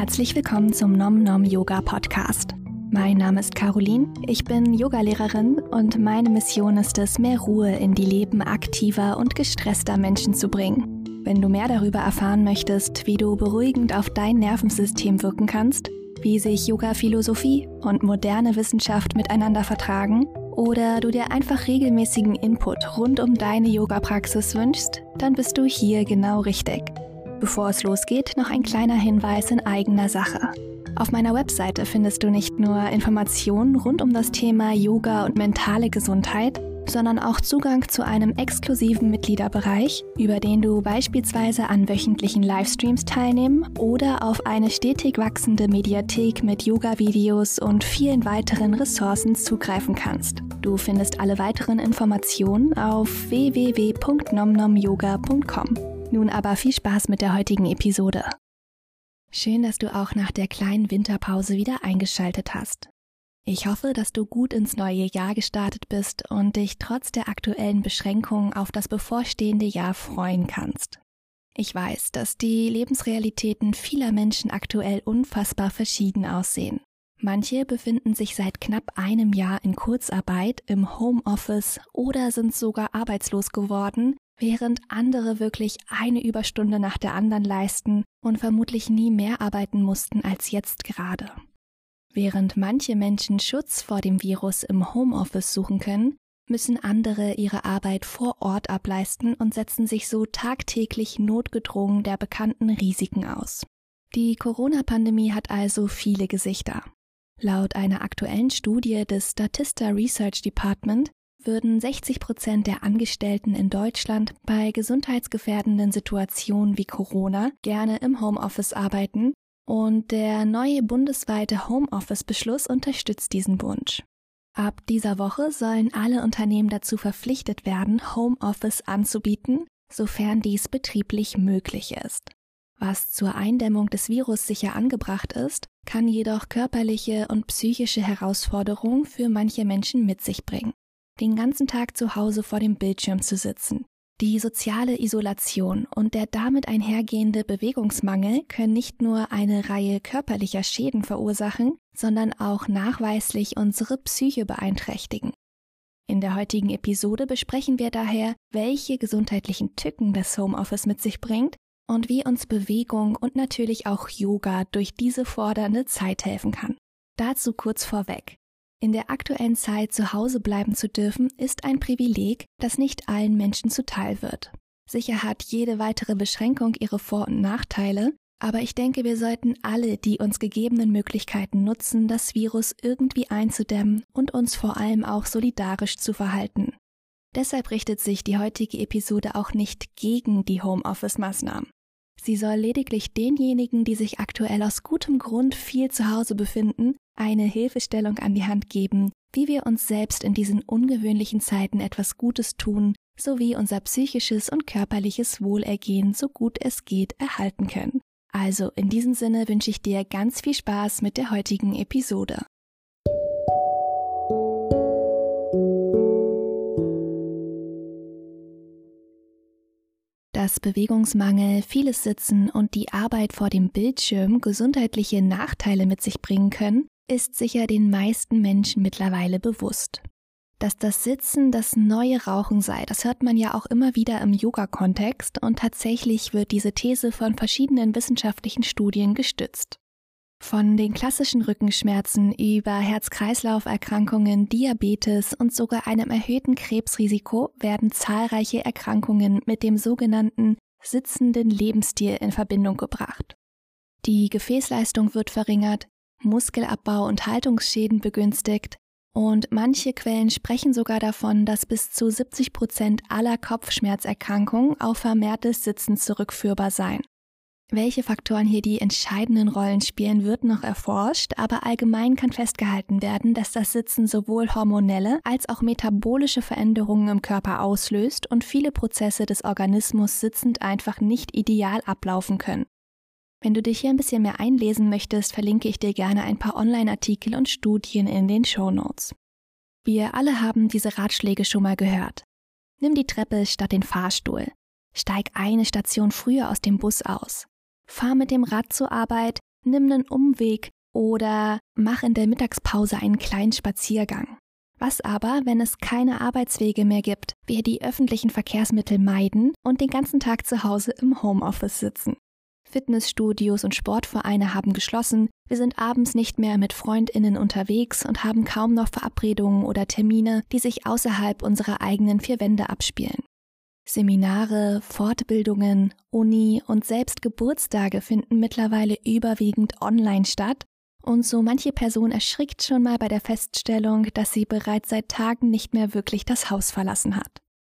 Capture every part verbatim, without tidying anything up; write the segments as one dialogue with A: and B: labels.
A: Herzlich willkommen zum Nom Nom Yoga Podcast. Mein Name ist Caroline, ich bin Yogalehrerin und meine Mission ist es, mehr Ruhe in die Leben aktiver und gestresster Menschen zu bringen. Wenn du mehr darüber erfahren möchtest, wie du beruhigend auf dein Nervensystem wirken kannst, wie sich Yoga-Philosophie und moderne Wissenschaft miteinander vertragen, oder du dir einfach regelmäßigen Input rund um deine Yoga-Praxis wünschst, dann bist du hier genau richtig. Bevor es losgeht, noch ein kleiner Hinweis in eigener Sache. Auf meiner Webseite findest du nicht nur Informationen rund um das Thema Yoga und mentale Gesundheit, sondern auch Zugang zu einem exklusiven Mitgliederbereich, über den du beispielsweise an wöchentlichen Livestreams teilnehmen oder auf eine stetig wachsende Mediathek mit Yoga-Videos und vielen weiteren Ressourcen zugreifen kannst. Du findest alle weiteren Informationen auf w w w punkt nom nom yoga punkt com. Nun aber viel Spaß mit der heutigen Episode. Schön, dass du auch nach der kleinen Winterpause wieder eingeschaltet hast. Ich hoffe, dass du gut ins neue Jahr gestartet bist und dich trotz der aktuellen Beschränkungen auf das bevorstehende Jahr freuen kannst. Ich weiß, dass die Lebensrealitäten vieler Menschen aktuell unfassbar verschieden aussehen. Manche befinden sich seit knapp einem Jahr in Kurzarbeit im Homeoffice oder sind sogar arbeitslos geworden, während andere wirklich eine Überstunde nach der anderen leisten und vermutlich nie mehr arbeiten mussten als jetzt gerade. Während manche Menschen Schutz vor dem Virus im Homeoffice suchen können, müssen andere ihre Arbeit vor Ort ableisten und setzen sich so tagtäglich notgedrungen der bekannten Risiken aus. Die Corona-Pandemie hat also viele Gesichter. Laut einer aktuellen Studie des Statista Research Department würden sechzig Prozent der Angestellten in Deutschland bei gesundheitsgefährdenden Situationen wie Corona gerne im Homeoffice arbeiten und der neue bundesweite Homeoffice-Beschluss unterstützt diesen Wunsch. Ab dieser Woche sollen alle Unternehmen dazu verpflichtet werden, Homeoffice anzubieten, sofern dies betrieblich möglich ist. Was zur Eindämmung des Virus sicher angebracht ist, kann jedoch körperliche und psychische Herausforderungen für manche Menschen mit sich bringen. Den ganzen Tag zu Hause vor dem Bildschirm zu sitzen. Die soziale Isolation und der damit einhergehende Bewegungsmangel können nicht nur eine Reihe körperlicher Schäden verursachen, sondern auch nachweislich unsere Psyche beeinträchtigen. In der heutigen Episode besprechen wir daher, welche gesundheitlichen Tücken das Homeoffice mit sich bringt und wie uns Bewegung und natürlich auch Yoga durch diese fordernde Zeit helfen kann. Dazu kurz vorweg. In der aktuellen Zeit zu Hause bleiben zu dürfen, ist ein Privileg, das nicht allen Menschen zuteil wird. Sicher hat jede weitere Beschränkung ihre Vor- und Nachteile, aber ich denke, wir sollten alle die uns gegebenen Möglichkeiten nutzen, das Virus irgendwie einzudämmen und uns vor allem auch solidarisch zu verhalten. Deshalb richtet sich die heutige Episode auch nicht gegen die Homeoffice-Maßnahmen. Sie soll lediglich denjenigen, die sich aktuell aus gutem Grund viel zu Hause befinden, eine Hilfestellung an die Hand geben, wie wir uns selbst in diesen ungewöhnlichen Zeiten etwas Gutes tun, sowie unser psychisches und körperliches Wohlergehen so gut es geht erhalten können. Also in diesem Sinne wünsche ich dir ganz viel Spaß mit der heutigen Episode. Dass Bewegungsmangel, vieles Sitzen und die Arbeit vor dem Bildschirm gesundheitliche Nachteile mit sich bringen können, ist sicher den meisten Menschen mittlerweile bewusst. Dass das Sitzen das neue Rauchen sei, das hört man ja auch immer wieder im Yoga-Kontext und tatsächlich wird diese These von verschiedenen wissenschaftlichen Studien gestützt. Von den klassischen Rückenschmerzen über Herz-Kreislauf-Erkrankungen, Diabetes und sogar einem erhöhten Krebsrisiko werden zahlreiche Erkrankungen mit dem sogenannten sitzenden Lebensstil in Verbindung gebracht. Die Gefäßleistung wird verringert, Muskelabbau und Haltungsschäden begünstigt und manche Quellen sprechen sogar davon, dass bis zu siebzig Prozent aller Kopfschmerzerkrankungen auf vermehrtes Sitzen zurückführbar seien. Welche Faktoren hier die entscheidenden Rollen spielen, wird noch erforscht, aber allgemein kann festgehalten werden, dass das Sitzen sowohl hormonelle als auch metabolische Veränderungen im Körper auslöst und viele Prozesse des Organismus sitzend einfach nicht ideal ablaufen können. Wenn du dich hier ein bisschen mehr einlesen möchtest, verlinke ich dir gerne ein paar Online-Artikel und Studien in den Shownotes. Wir alle haben diese Ratschläge schon mal gehört. Nimm die Treppe statt den Fahrstuhl. Steig eine Station früher aus dem Bus aus. Fahr mit dem Rad zur Arbeit, nimm einen Umweg oder mach in der Mittagspause einen kleinen Spaziergang. Was aber, wenn es keine Arbeitswege mehr gibt, wir die öffentlichen Verkehrsmittel meiden und den ganzen Tag zu Hause im Homeoffice sitzen? Fitnessstudios und Sportvereine haben geschlossen, wir sind abends nicht mehr mit FreundInnen unterwegs und haben kaum noch Verabredungen oder Termine, die sich außerhalb unserer eigenen vier Wände abspielen. Seminare, Fortbildungen, Uni und selbst Geburtstage finden mittlerweile überwiegend online statt und so manche Person erschrickt schon mal bei der Feststellung, dass sie bereits seit Tagen nicht mehr wirklich das Haus verlassen hat.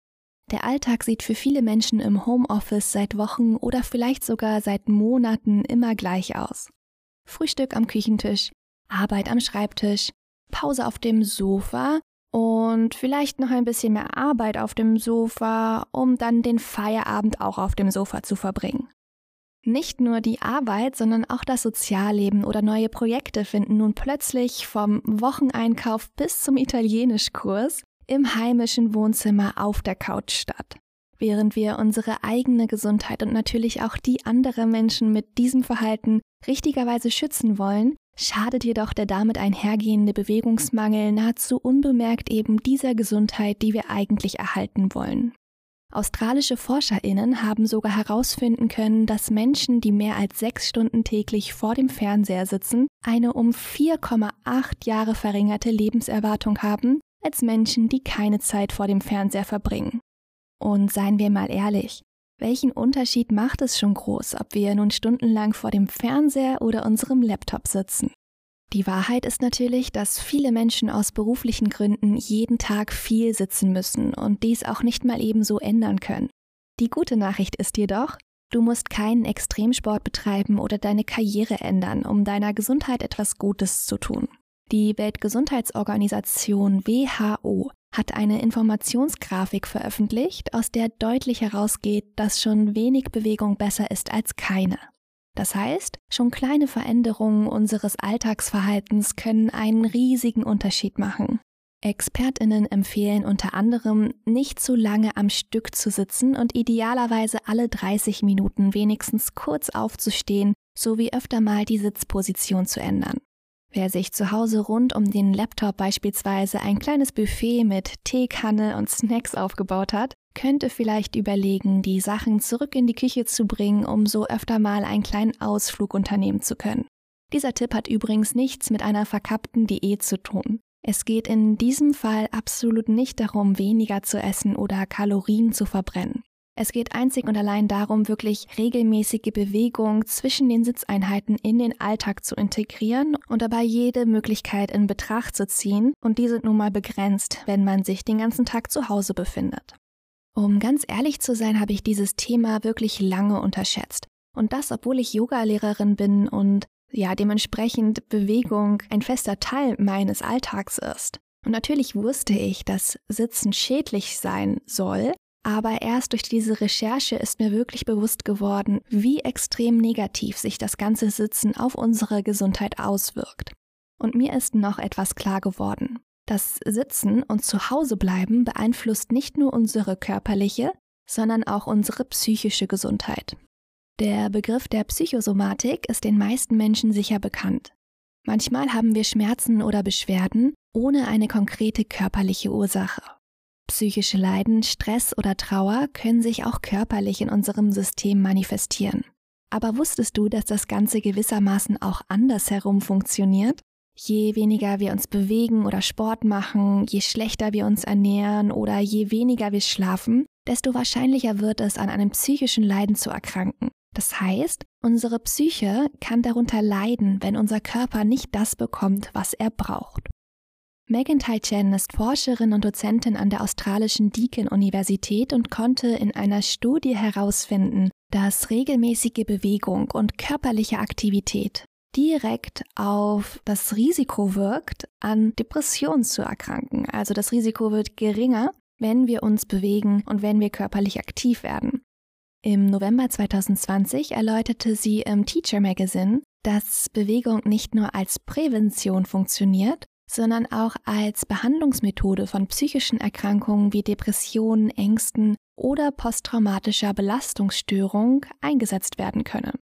A: Der Alltag sieht für viele Menschen im Homeoffice seit Wochen oder vielleicht sogar seit Monaten immer gleich aus. Frühstück am Küchentisch, Arbeit am Schreibtisch, Pause auf dem Sofa und vielleicht noch ein bisschen mehr Arbeit auf dem Sofa, um dann den Feierabend auch auf dem Sofa zu verbringen. Nicht nur die Arbeit, sondern auch das Sozialleben oder neue Projekte finden nun plötzlich vom Wocheneinkauf bis zum Italienischkurs im heimischen Wohnzimmer auf der Couch statt. Während wir unsere eigene Gesundheit und natürlich auch die anderer Menschen mit diesem Verhalten richtigerweise schützen wollen, schadet jedoch der damit einhergehende Bewegungsmangel nahezu unbemerkt eben dieser Gesundheit, die wir eigentlich erhalten wollen. Australische ForscherInnen haben sogar herausfinden können, dass Menschen, die mehr als sechs Stunden täglich vor dem Fernseher sitzen, eine um vier Komma acht Jahre verringerte Lebenserwartung haben, als Menschen, die keine Zeit vor dem Fernseher verbringen. Und seien wir mal ehrlich, welchen Unterschied macht es schon groß, ob wir nun stundenlang vor dem Fernseher oder unserem Laptop sitzen? Die Wahrheit ist natürlich, dass viele Menschen aus beruflichen Gründen jeden Tag viel sitzen müssen und dies auch nicht mal ebenso ändern können. Die gute Nachricht ist jedoch, du musst keinen Extremsport betreiben oder deine Karriere ändern, um deiner Gesundheit etwas Gutes zu tun. Die Weltgesundheitsorganisation W H O hat eine Informationsgrafik veröffentlicht, aus der deutlich herausgeht, dass schon wenig Bewegung besser ist als keine. Das heißt, schon kleine Veränderungen unseres Alltagsverhaltens können einen riesigen Unterschied machen. ExpertInnen empfehlen unter anderem, nicht zu lange am Stück zu sitzen und idealerweise alle dreißig Minuten wenigstens kurz aufzustehen, sowie öfter mal die Sitzposition zu ändern. Wer sich zu Hause rund um den Laptop beispielsweise ein kleines Buffet mit Teekanne und Snacks aufgebaut hat, könnte vielleicht überlegen, die Sachen zurück in die Küche zu bringen, um so öfter mal einen kleinen Ausflug unternehmen zu können. Dieser Tipp hat übrigens nichts mit einer verkappten Diät zu tun. Es geht in diesem Fall absolut nicht darum, weniger zu essen oder Kalorien zu verbrennen. Es geht einzig und allein darum, wirklich regelmäßige Bewegung zwischen den Sitzeinheiten in den Alltag zu integrieren und dabei jede Möglichkeit in Betracht zu ziehen, und die sind nun mal begrenzt, wenn man sich den ganzen Tag zu Hause befindet. Um ganz ehrlich zu sein, habe ich dieses Thema wirklich lange unterschätzt. Und das, obwohl ich Yoga-Lehrerin bin und ja dementsprechend Bewegung ein fester Teil meines Alltags ist. Und natürlich wusste ich, dass Sitzen schädlich sein soll, aber erst durch diese Recherche ist mir wirklich bewusst geworden, wie extrem negativ sich das ganze Sitzen auf unsere Gesundheit auswirkt. Und mir ist noch etwas klar geworden. Das Sitzen und Zuhausebleiben beeinflusst nicht nur unsere körperliche, sondern auch unsere psychische Gesundheit. Der Begriff der Psychosomatik ist den meisten Menschen sicher bekannt. Manchmal haben wir Schmerzen oder Beschwerden ohne eine konkrete körperliche Ursache. Psychische Leiden, Stress oder Trauer können sich auch körperlich in unserem System manifestieren. Aber wusstest du, dass das Ganze gewissermaßen auch andersherum funktioniert? Je weniger wir uns bewegen oder Sport machen, je schlechter wir uns ernähren oder je weniger wir schlafen, desto wahrscheinlicher wird es, an einem psychischen Leiden zu erkranken. Das heißt, unsere Psyche kann darunter leiden, wenn unser Körper nicht das bekommt, was er braucht. Megan Tai Chen ist Forscherin und Dozentin an der australischen Deakin-Universität und konnte in einer Studie herausfinden, dass regelmäßige Bewegung und körperliche Aktivität direkt auf das Risiko wirkt, an Depressionen zu erkranken. Also das Risiko wird geringer, wenn wir uns bewegen und wenn wir körperlich aktiv werden. Im November zwanzig zwanzig erläuterte sie im Teacher Magazine, dass Bewegung nicht nur als Prävention funktioniert, sondern auch als Behandlungsmethode von psychischen Erkrankungen wie Depressionen, Ängsten oder posttraumatischer Belastungsstörung eingesetzt werden könne.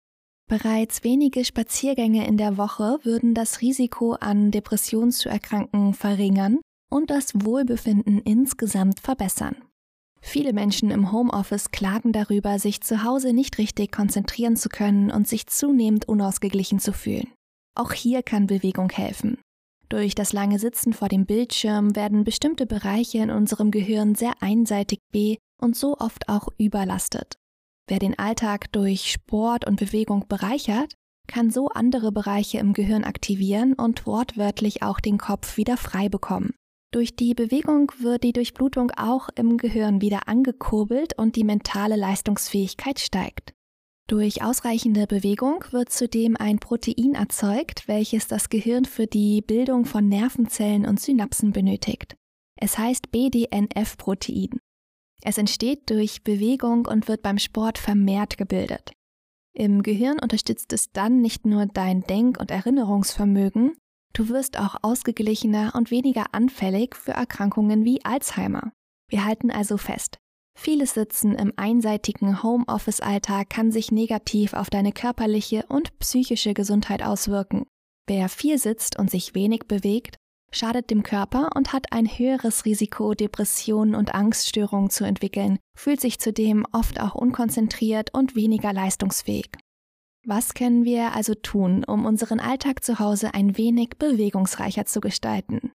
A: Bereits wenige Spaziergänge in der Woche würden das Risiko, an Depressionen zu erkranken, verringern und das Wohlbefinden insgesamt verbessern. Viele Menschen im Homeoffice klagen darüber, sich zu Hause nicht richtig konzentrieren zu können und sich zunehmend unausgeglichen zu fühlen. Auch hier kann Bewegung helfen. Durch das lange Sitzen vor dem Bildschirm werden bestimmte Bereiche in unserem Gehirn sehr einseitig be- und so oft auch überlastet. Wer den Alltag durch Sport und Bewegung bereichert, kann so andere Bereiche im Gehirn aktivieren und wortwörtlich auch den Kopf wieder frei bekommen. Durch die Bewegung wird die Durchblutung auch im Gehirn wieder angekurbelt und die mentale Leistungsfähigkeit steigt. Durch ausreichende Bewegung wird zudem ein Protein erzeugt, welches das Gehirn für die Bildung von Nervenzellen und Synapsen benötigt. Es heißt B D N F-Protein. Es entsteht durch Bewegung und wird beim Sport vermehrt gebildet. Im Gehirn unterstützt es dann nicht nur dein Denk- und Erinnerungsvermögen, du wirst auch ausgeglichener und weniger anfällig für Erkrankungen wie Alzheimer. Wir halten also fest, vieles Sitzen im einseitigen Homeoffice-Alltag kann sich negativ auf deine körperliche und psychische Gesundheit auswirken. Wer viel sitzt und sich wenig bewegt, schadet dem Körper und hat ein höheres Risiko, Depressionen und Angststörungen zu entwickeln, fühlt sich zudem oft auch unkonzentriert und weniger leistungsfähig. Was können wir also tun, um unseren Alltag zu Hause ein wenig bewegungsreicher zu gestalten?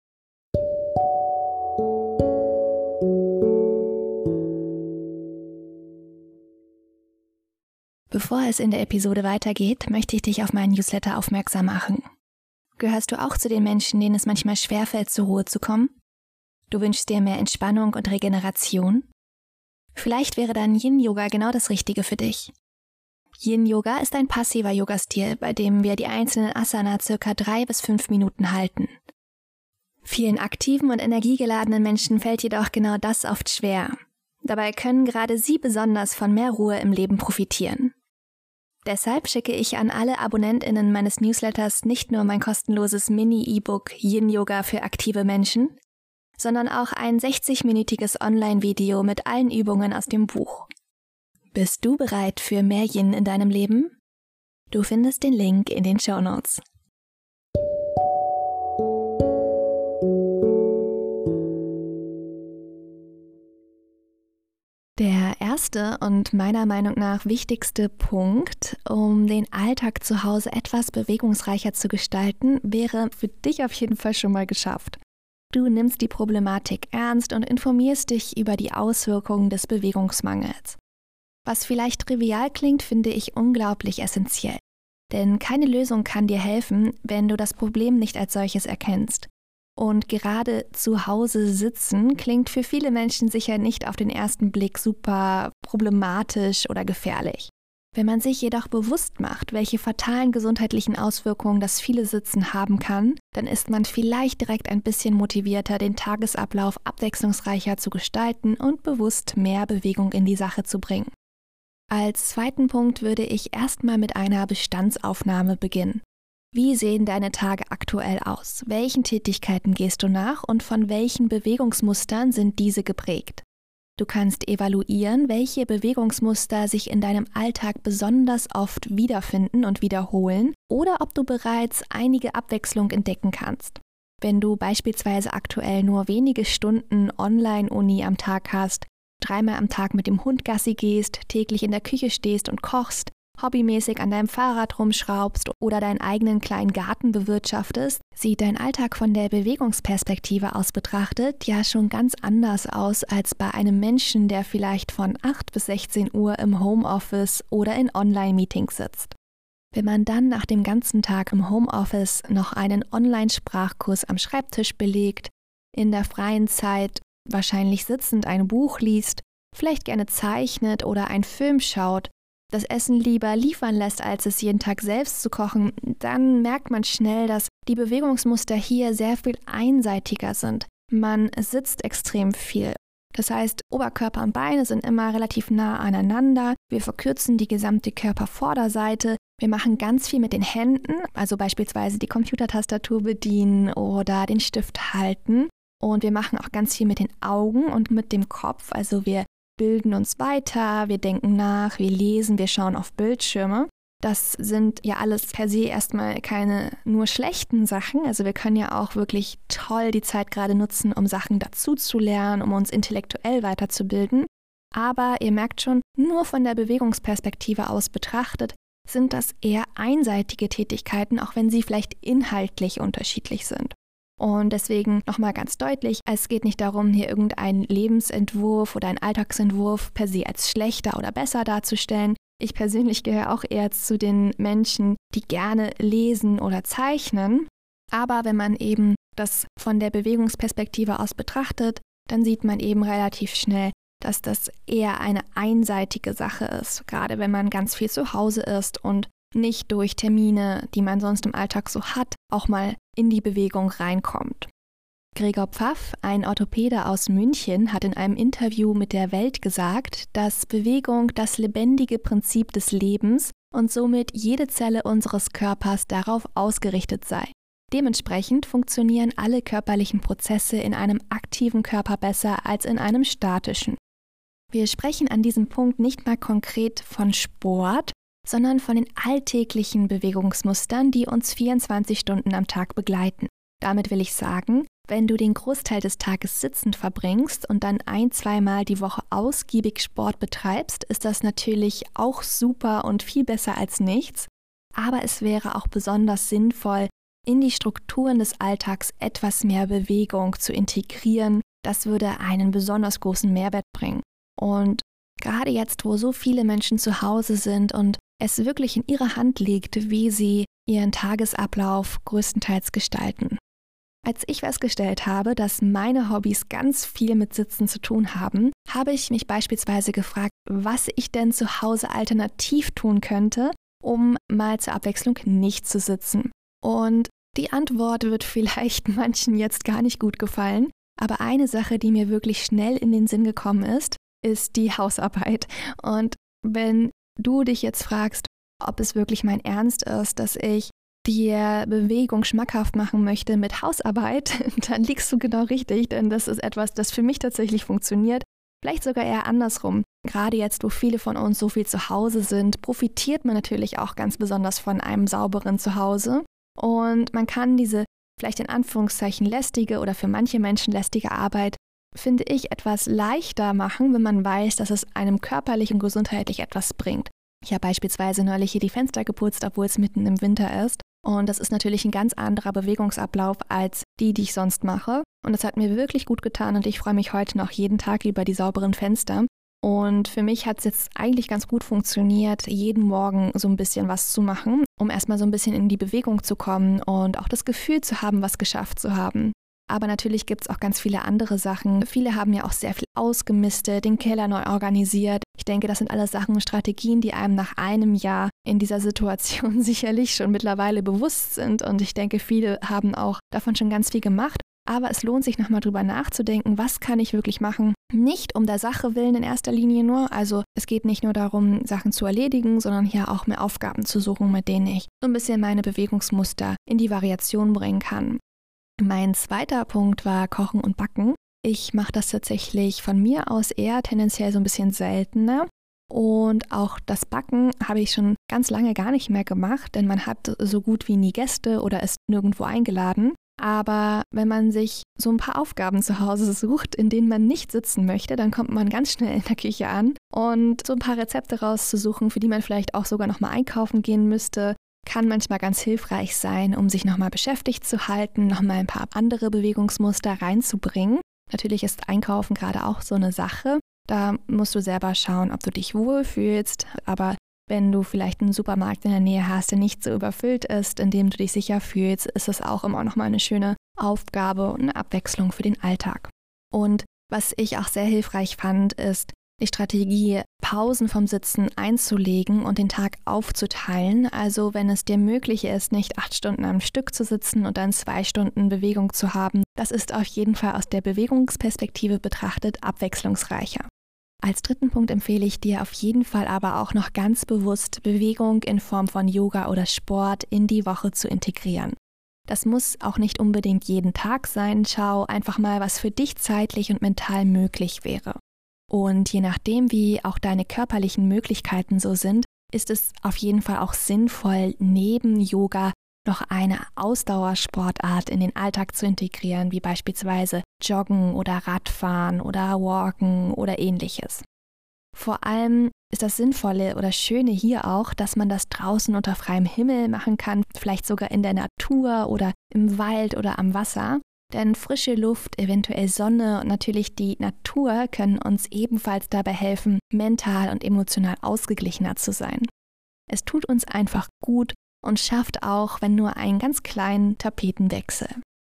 A: Bevor es in der Episode weitergeht, möchte ich dich auf meinen Newsletter aufmerksam machen. Gehörst du auch zu den Menschen, denen es manchmal schwerfällt, zur Ruhe zu kommen? Du wünschst dir mehr Entspannung und Regeneration? Vielleicht wäre dann Yin-Yoga genau das Richtige für dich. Yin-Yoga ist ein passiver Yogastil, bei dem wir die einzelnen Asana circa drei bis fünf Minuten halten. Vielen aktiven und energiegeladenen Menschen fällt jedoch genau das oft schwer. Dabei können gerade sie besonders von mehr Ruhe im Leben profitieren. Deshalb schicke ich an alle AbonnentInnen meines Newsletters nicht nur mein kostenloses Mini-E-Book Yin-Yoga für aktive Menschen, sondern auch ein sechzig-minütiges Online-Video mit allen Übungen aus dem Buch. Bist du bereit für mehr Yin in deinem Leben? Du findest den Link in den Shownotes. Der erste und meiner Meinung nach wichtigste Punkt, um den Alltag zu Hause etwas bewegungsreicher zu gestalten, wäre für dich auf jeden Fall schon mal geschafft. Du nimmst die Problematik ernst und informierst dich über die Auswirkungen des Bewegungsmangels. Was vielleicht trivial klingt, finde ich unglaublich essentiell. Denn keine Lösung kann dir helfen, wenn du das Problem nicht als solches erkennst. Und gerade zu Hause sitzen klingt für viele Menschen sicher nicht auf den ersten Blick super problematisch oder gefährlich. Wenn man sich jedoch bewusst macht, welche fatalen gesundheitlichen Auswirkungen das viele Sitzen haben kann, dann ist man vielleicht direkt ein bisschen motivierter, den Tagesablauf abwechslungsreicher zu gestalten und bewusst mehr Bewegung in die Sache zu bringen. Als zweiten Punkt würde ich erstmal mit einer Bestandsaufnahme beginnen. Wie sehen deine Tage aktuell aus? Welchen Tätigkeiten gehst du nach und von welchen Bewegungsmustern sind diese geprägt? Du kannst evaluieren, welche Bewegungsmuster sich in deinem Alltag besonders oft wiederfinden und wiederholen oder ob du bereits einige Abwechslung entdecken kannst. Wenn du beispielsweise aktuell nur wenige Stunden Online-Uni am Tag hast, dreimal am Tag mit dem Hund Gassi gehst, täglich in der Küche stehst und kochst, hobbymäßig an deinem Fahrrad rumschraubst oder deinen eigenen kleinen Garten bewirtschaftest, sieht dein Alltag von der Bewegungsperspektive aus betrachtet ja schon ganz anders aus als bei einem Menschen, der vielleicht von acht bis sechzehn Uhr im Homeoffice oder in Online-Meetings sitzt. Wenn man dann nach dem ganzen Tag im Homeoffice noch einen Online-Sprachkurs am Schreibtisch belegt, in der freien Zeit wahrscheinlich sitzend ein Buch liest, vielleicht gerne zeichnet oder einen Film schaut, das Essen lieber liefern lässt, als es jeden Tag selbst zu kochen, dann merkt man schnell, dass die Bewegungsmuster hier sehr viel einseitiger sind. Man sitzt extrem viel. Das heißt, Oberkörper und Beine sind immer relativ nah aneinander. Wir verkürzen die gesamte Körpervorderseite. Wir machen ganz viel mit den Händen, also beispielsweise die Computertastatur bedienen oder den Stift halten. Und wir machen auch ganz viel mit den Augen und mit dem Kopf. Also wir bilden uns weiter, wir denken nach, wir lesen, wir schauen auf Bildschirme. Das sind ja alles per se erstmal keine nur schlechten Sachen. Also wir können ja auch wirklich toll die Zeit gerade nutzen, um Sachen dazu zu lernen, um uns intellektuell weiterzubilden. Aber ihr merkt schon, nur von der Bewegungsperspektive aus betrachtet, sind das eher einseitige Tätigkeiten, auch wenn sie vielleicht inhaltlich unterschiedlich sind. Und deswegen nochmal ganz deutlich, es geht nicht darum, hier irgendeinen Lebensentwurf oder einen Alltagsentwurf per se als schlechter oder besser darzustellen. Ich persönlich gehöre auch eher zu den Menschen, die gerne lesen oder zeichnen. Aber wenn man eben das von der Bewegungsperspektive aus betrachtet, dann sieht man eben relativ schnell, dass das eher eine einseitige Sache ist, gerade wenn man ganz viel zu Hause ist und nicht durch Termine, die man sonst im Alltag so hat, auch mal in die Bewegung reinkommt. Gregor Pfaff, ein Orthopäde aus München, hat in einem Interview mit der Welt gesagt, dass Bewegung das lebendige Prinzip des Lebens und somit jede Zelle unseres Körpers darauf ausgerichtet sei. Dementsprechend funktionieren alle körperlichen Prozesse in einem aktiven Körper besser als in einem statischen. Wir sprechen an diesem Punkt nicht mal konkret von Sport, sondern von den alltäglichen Bewegungsmustern, die uns vierundzwanzig Stunden am Tag begleiten. Damit will ich sagen, wenn du den Großteil des Tages sitzend verbringst und dann ein-, zweimal die Woche ausgiebig Sport betreibst, ist das natürlich auch super und viel besser als nichts. Aber es wäre auch besonders sinnvoll, in die Strukturen des Alltags etwas mehr Bewegung zu integrieren. Das würde einen besonders großen Mehrwert bringen. Und gerade jetzt, wo so viele Menschen zu Hause sind und es wirklich in ihrer Hand liegt, wie sie ihren Tagesablauf größtenteils gestalten. Als ich festgestellt habe, dass meine Hobbys ganz viel mit Sitzen zu tun haben, habe ich mich beispielsweise gefragt, was ich denn zu Hause alternativ tun könnte, um mal zur Abwechslung nicht zu sitzen. Und die Antwort wird vielleicht manchen jetzt gar nicht gut gefallen, aber eine Sache, die mir wirklich schnell in den Sinn gekommen ist, ist die Hausarbeit. Und wenn du dich jetzt fragst, ob es wirklich mein Ernst ist, dass ich dir Bewegung schmackhaft machen möchte mit Hausarbeit, dann liegst du genau richtig, denn das ist etwas, das für mich tatsächlich funktioniert. Vielleicht sogar eher andersrum. Gerade jetzt, wo viele von uns so viel zu Hause sind, profitiert man natürlich auch ganz besonders von einem sauberen Zuhause. Und man kann diese vielleicht in Anführungszeichen lästige oder für manche Menschen lästige Arbeit, finde ich, etwas leichter machen, wenn man weiß, dass es einem körperlich und gesundheitlich etwas bringt. Ich habe beispielsweise neulich hier die Fenster geputzt, obwohl es mitten im Winter ist. Und das ist natürlich ein ganz anderer Bewegungsablauf als die, die ich sonst mache. Und das hat mir wirklich gut getan und ich freue mich heute noch jeden Tag über die sauberen Fenster. Und für mich hat es jetzt eigentlich ganz gut funktioniert, jeden Morgen so ein bisschen was zu machen, um erstmal so ein bisschen in die Bewegung zu kommen und auch das Gefühl zu haben, was geschafft zu haben. Aber natürlich gibt es auch ganz viele andere Sachen. Viele haben ja auch sehr viel ausgemistet, den Keller neu organisiert. Ich denke, das sind alles Sachen und Strategien, die einem nach einem Jahr in dieser Situation sicherlich schon mittlerweile bewusst sind. Und ich denke, viele haben auch davon schon ganz viel gemacht. Aber es lohnt sich nochmal drüber nachzudenken, was kann ich wirklich machen? Nicht um der Sache willen in erster Linie nur. Also es geht nicht nur darum, Sachen zu erledigen, sondern hier auch mehr Aufgaben zu suchen, mit denen ich so ein bisschen meine Bewegungsmuster in die Variation bringen kann. Mein zweiter Punkt war Kochen und Backen. Ich mache das tatsächlich von mir aus eher tendenziell so ein bisschen seltener. Und auch das Backen habe ich schon ganz lange gar nicht mehr gemacht, denn man hat so gut wie nie Gäste oder ist nirgendwo eingeladen. Aber wenn man sich so ein paar Aufgaben zu Hause sucht, in denen man nicht sitzen möchte, dann kommt man ganz schnell in der Küche an. Und so ein paar Rezepte rauszusuchen, für die man vielleicht auch sogar nochmal einkaufen gehen müsste, kann manchmal ganz hilfreich sein, um sich nochmal beschäftigt zu halten, nochmal ein paar andere Bewegungsmuster reinzubringen. Natürlich ist Einkaufen gerade auch so eine Sache. Da musst du selber schauen, ob du dich wohlfühlst. Aber wenn du vielleicht einen Supermarkt in der Nähe hast, der nicht so überfüllt ist, in dem du dich sicher fühlst, ist das auch immer nochmal eine schöne Aufgabe und eine Abwechslung für den Alltag. Und was ich auch sehr hilfreich fand, ist die Strategie, Pausen vom Sitzen einzulegen und den Tag aufzuteilen. Also wenn es dir möglich ist, nicht acht Stunden am Stück zu sitzen und dann zwei Stunden Bewegung zu haben, das ist auf jeden Fall aus der Bewegungsperspektive betrachtet abwechslungsreicher. Als dritten Punkt empfehle ich dir auf jeden Fall aber auch noch ganz bewusst Bewegung in Form von Yoga oder Sport in die Woche zu integrieren. Das muss auch nicht unbedingt jeden Tag sein. Schau einfach mal, was für dich zeitlich und mental möglich wäre. Und je nachdem, wie auch deine körperlichen Möglichkeiten so sind, ist es auf jeden Fall auch sinnvoll, neben Yoga noch eine Ausdauersportart in den Alltag zu integrieren, wie beispielsweise Joggen oder Radfahren oder Walken oder ähnliches. Vor allem ist das Sinnvolle oder Schöne hier auch, dass man das draußen unter freiem Himmel machen kann, vielleicht sogar in der Natur oder im Wald oder am Wasser. Denn frische Luft, eventuell Sonne und natürlich die Natur können uns ebenfalls dabei helfen, mental und emotional ausgeglichener zu sein. Es tut uns einfach gut und schafft auch, wenn nur einen ganz kleinen Tapetenwechsel.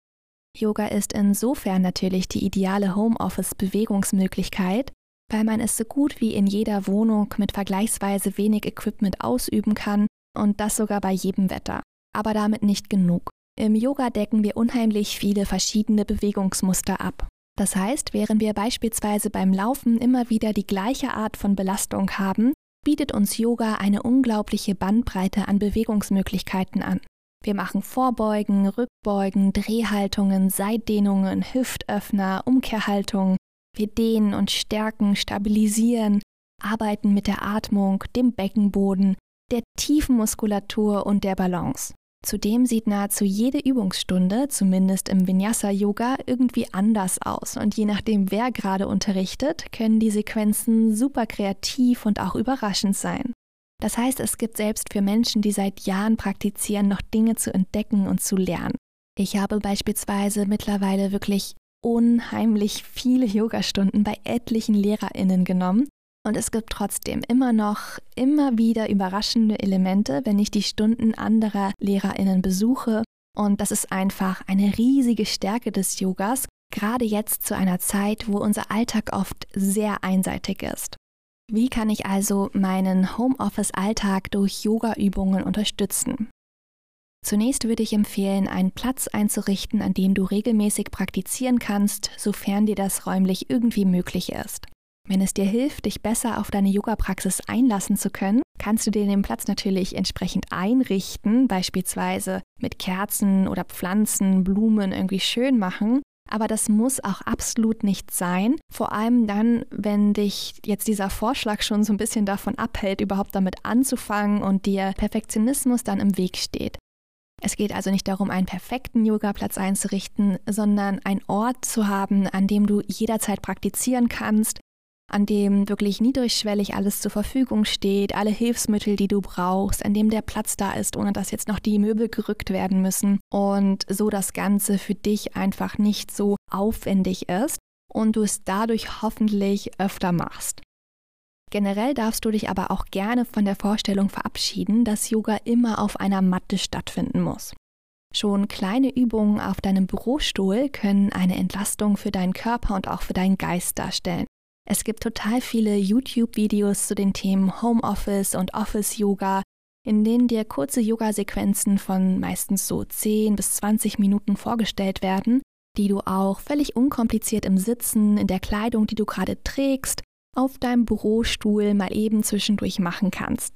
A: Yoga ist insofern natürlich die ideale Homeoffice-Bewegungsmöglichkeit, weil man es so gut wie in jeder Wohnung mit vergleichsweise wenig Equipment ausüben kann und das sogar bei jedem Wetter. Aber damit nicht genug. Im Yoga decken wir unheimlich viele verschiedene Bewegungsmuster ab. Das heißt, während wir beispielsweise beim Laufen immer wieder die gleiche Art von Belastung haben, bietet uns Yoga eine unglaubliche Bandbreite an Bewegungsmöglichkeiten an. Wir machen Vorbeugen, Rückbeugen, Drehhaltungen, Seitdehnungen, Hüftöffner, Umkehrhaltungen. Wir dehnen und stärken, stabilisieren, arbeiten mit der Atmung, dem Beckenboden, der tiefen Muskulatur und der Balance. Zudem sieht nahezu jede Übungsstunde, zumindest im Vinyasa-Yoga, irgendwie anders aus. Und je nachdem, wer gerade unterrichtet, können die Sequenzen super kreativ und auch überraschend sein. Das heißt, es gibt selbst für Menschen, die seit Jahren praktizieren, noch Dinge zu entdecken und zu lernen. Ich habe beispielsweise mittlerweile wirklich unheimlich viele Yogastunden bei etlichen LehrerInnen genommen. Und es gibt trotzdem immer noch, immer wieder überraschende Elemente, wenn ich die Stunden anderer LehrerInnen besuche. Und das ist einfach eine riesige Stärke des Yogas, gerade jetzt zu einer Zeit, wo unser Alltag oft sehr einseitig ist. Wie kann ich also meinen Homeoffice-Alltag durch Yoga-Übungen unterstützen? Zunächst würde ich empfehlen, einen Platz einzurichten, an dem du regelmäßig praktizieren kannst, sofern dir das räumlich irgendwie möglich ist. Wenn es dir hilft, dich besser auf deine Yoga-Praxis einlassen zu können, kannst du dir den Platz natürlich entsprechend einrichten, beispielsweise mit Kerzen oder Pflanzen, Blumen irgendwie schön machen. Aber das muss auch absolut nicht sein, vor allem dann, wenn dich jetzt dieser Vorschlag schon so ein bisschen davon abhält, überhaupt damit anzufangen und dir Perfektionismus dann im Weg steht. Es geht also nicht darum, einen perfekten Yogaplatz einzurichten, sondern einen Ort zu haben, an dem du jederzeit praktizieren kannst, an dem wirklich niedrigschwellig alles zur Verfügung steht, alle Hilfsmittel, die du brauchst, an dem der Platz da ist, ohne dass jetzt noch die Möbel gerückt werden müssen und so das Ganze für dich einfach nicht so aufwendig ist und du es dadurch hoffentlich öfter machst. Generell darfst du dich aber auch gerne von der Vorstellung verabschieden, dass Yoga immer auf einer Matte stattfinden muss. Schon kleine Übungen auf deinem Bürostuhl können eine Entlastung für deinen Körper und auch für deinen Geist darstellen. Es gibt total viele YouTube-Videos zu den Themen Homeoffice und Office-Yoga, in denen dir kurze Yoga-Sequenzen von meistens so zehn bis zwanzig Minuten vorgestellt werden, die du auch völlig unkompliziert im Sitzen, in der Kleidung, die du gerade trägst, auf deinem Bürostuhl mal eben zwischendurch machen kannst.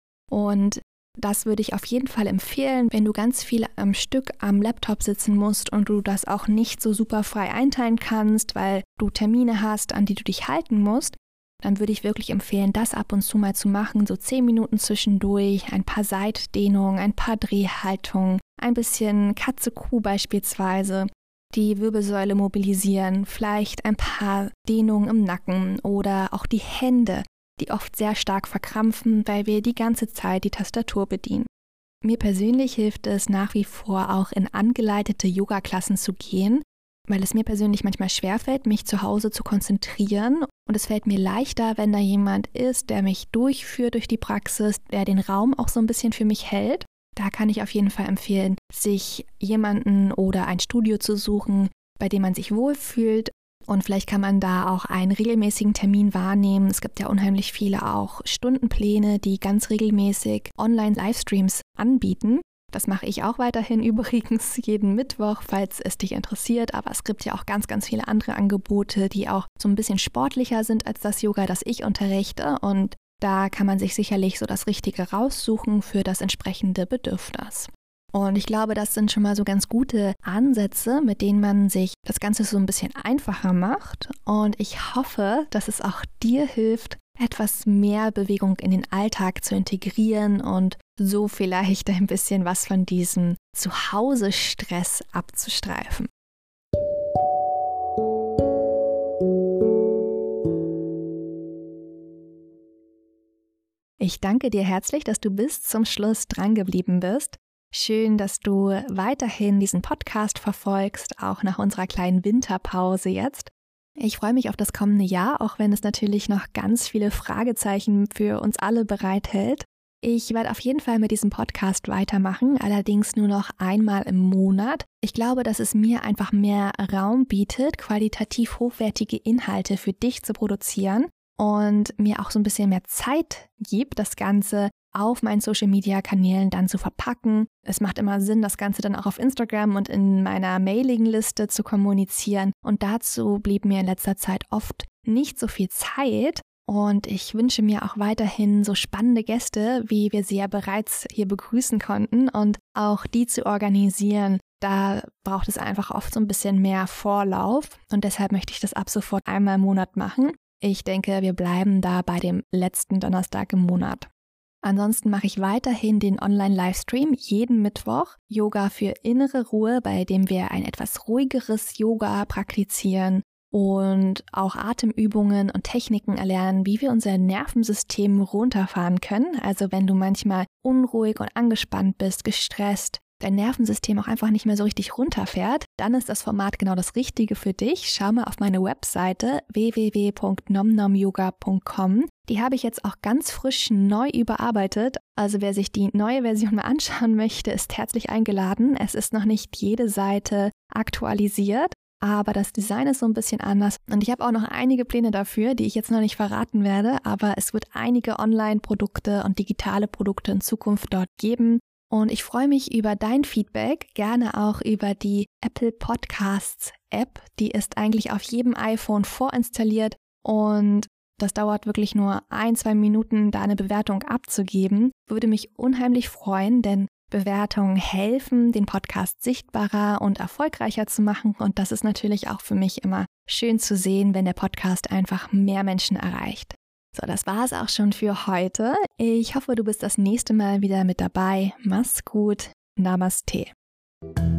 A: Und das würde ich auf jeden Fall empfehlen, wenn du ganz viel am Stück am Laptop sitzen musst und du das auch nicht so super frei einteilen kannst, weil du Termine hast, an die du dich halten musst, dann würde ich wirklich empfehlen, das ab und zu mal zu machen, so zehn Minuten zwischendurch, ein paar Seitdehnungen, ein paar Drehhaltungen, ein bisschen Katze-Kuh beispielsweise, die Wirbelsäule mobilisieren, vielleicht ein paar Dehnungen im Nacken oder auch die Hände, die oft sehr stark verkrampfen, weil wir die ganze Zeit die Tastatur bedienen. Mir persönlich hilft es nach wie vor auch in angeleitete Yoga-Klassen zu gehen, weil es mir persönlich manchmal schwerfällt, mich zu Hause zu konzentrieren und es fällt mir leichter, wenn da jemand ist, der mich durchführt durch die Praxis, der den Raum auch so ein bisschen für mich hält. Da kann ich auf jeden Fall empfehlen, sich jemanden oder ein Studio zu suchen, bei dem man sich wohlfühlt. Und vielleicht kann man da auch einen regelmäßigen Termin wahrnehmen. Es gibt ja unheimlich viele auch Stundenpläne, die ganz regelmäßig Online-Livestreams anbieten. Das mache ich auch weiterhin übrigens jeden Mittwoch, falls es dich interessiert. Aber es gibt ja auch ganz, ganz viele andere Angebote, die auch so ein bisschen sportlicher sind als das Yoga, das ich unterrichte. Und da kann man sich sicherlich so das Richtige raussuchen für das entsprechende Bedürfnis. Und ich glaube, das sind schon mal so ganz gute Ansätze, mit denen man sich das Ganze so ein bisschen einfacher macht. Und ich hoffe, dass es auch dir hilft, etwas mehr Bewegung in den Alltag zu integrieren und so vielleicht ein bisschen was von diesem Zuhause-Stress abzustreifen. Ich danke dir herzlich, dass du bis zum Schluss drangeblieben bist. Schön, dass du weiterhin diesen Podcast verfolgst, auch nach unserer kleinen Winterpause jetzt. Ich freue mich auf das kommende Jahr, auch wenn es natürlich noch ganz viele Fragezeichen für uns alle bereithält. Ich werde auf jeden Fall mit diesem Podcast weitermachen, allerdings nur noch einmal im Monat. Ich glaube, dass es mir einfach mehr Raum bietet, qualitativ hochwertige Inhalte für dich zu produzieren und mir auch so ein bisschen mehr Zeit gibt, das Ganze auf meinen Social-Media-Kanälen dann zu verpacken. Es macht immer Sinn, das Ganze dann auch auf Instagram und in meiner Mailingliste zu kommunizieren. Und dazu blieb mir in letzter Zeit oft nicht so viel Zeit. Und ich wünsche mir auch weiterhin so spannende Gäste, wie wir sie ja bereits hier begrüßen konnten. Und auch die zu organisieren, da braucht es einfach oft so ein bisschen mehr Vorlauf. Und deshalb möchte ich das ab sofort einmal im Monat machen. Ich denke, wir bleiben da bei dem letzten Donnerstag im Monat. Ansonsten mache ich weiterhin den Online-Livestream jeden Mittwoch, Yoga für innere Ruhe, bei dem wir ein etwas ruhigeres Yoga praktizieren und auch Atemübungen und Techniken erlernen, wie wir unser Nervensystem runterfahren können. Also wenn du manchmal unruhig und angespannt bist, gestresst, dein Nervensystem auch einfach nicht mehr so richtig runterfährt, dann ist das Format genau das Richtige für dich. Schau mal auf meine Webseite w w w punkt nom nom yoga punkt com. Die habe ich jetzt auch ganz frisch neu überarbeitet. Also wer sich die neue Version mal anschauen möchte, ist herzlich eingeladen. Es ist noch nicht jede Seite aktualisiert, aber das Design ist so ein bisschen anders. Und ich habe auch noch einige Pläne dafür, die ich jetzt noch nicht verraten werde, aber es wird einige Online-Produkte und digitale Produkte in Zukunft dort geben. Und ich freue mich über dein Feedback, gerne auch über die Apple Podcasts App. Die ist eigentlich auf jedem iPhone vorinstalliert und das dauert wirklich nur ein, zwei Minuten, da eine Bewertung abzugeben. Würde mich unheimlich freuen, denn Bewertungen helfen, den Podcast sichtbarer und erfolgreicher zu machen. Und das ist natürlich auch für mich immer schön zu sehen, wenn der Podcast einfach mehr Menschen erreicht. So, das war es auch schon für heute. Ich hoffe, du bist das nächste Mal wieder mit dabei. Mach's gut. Namaste.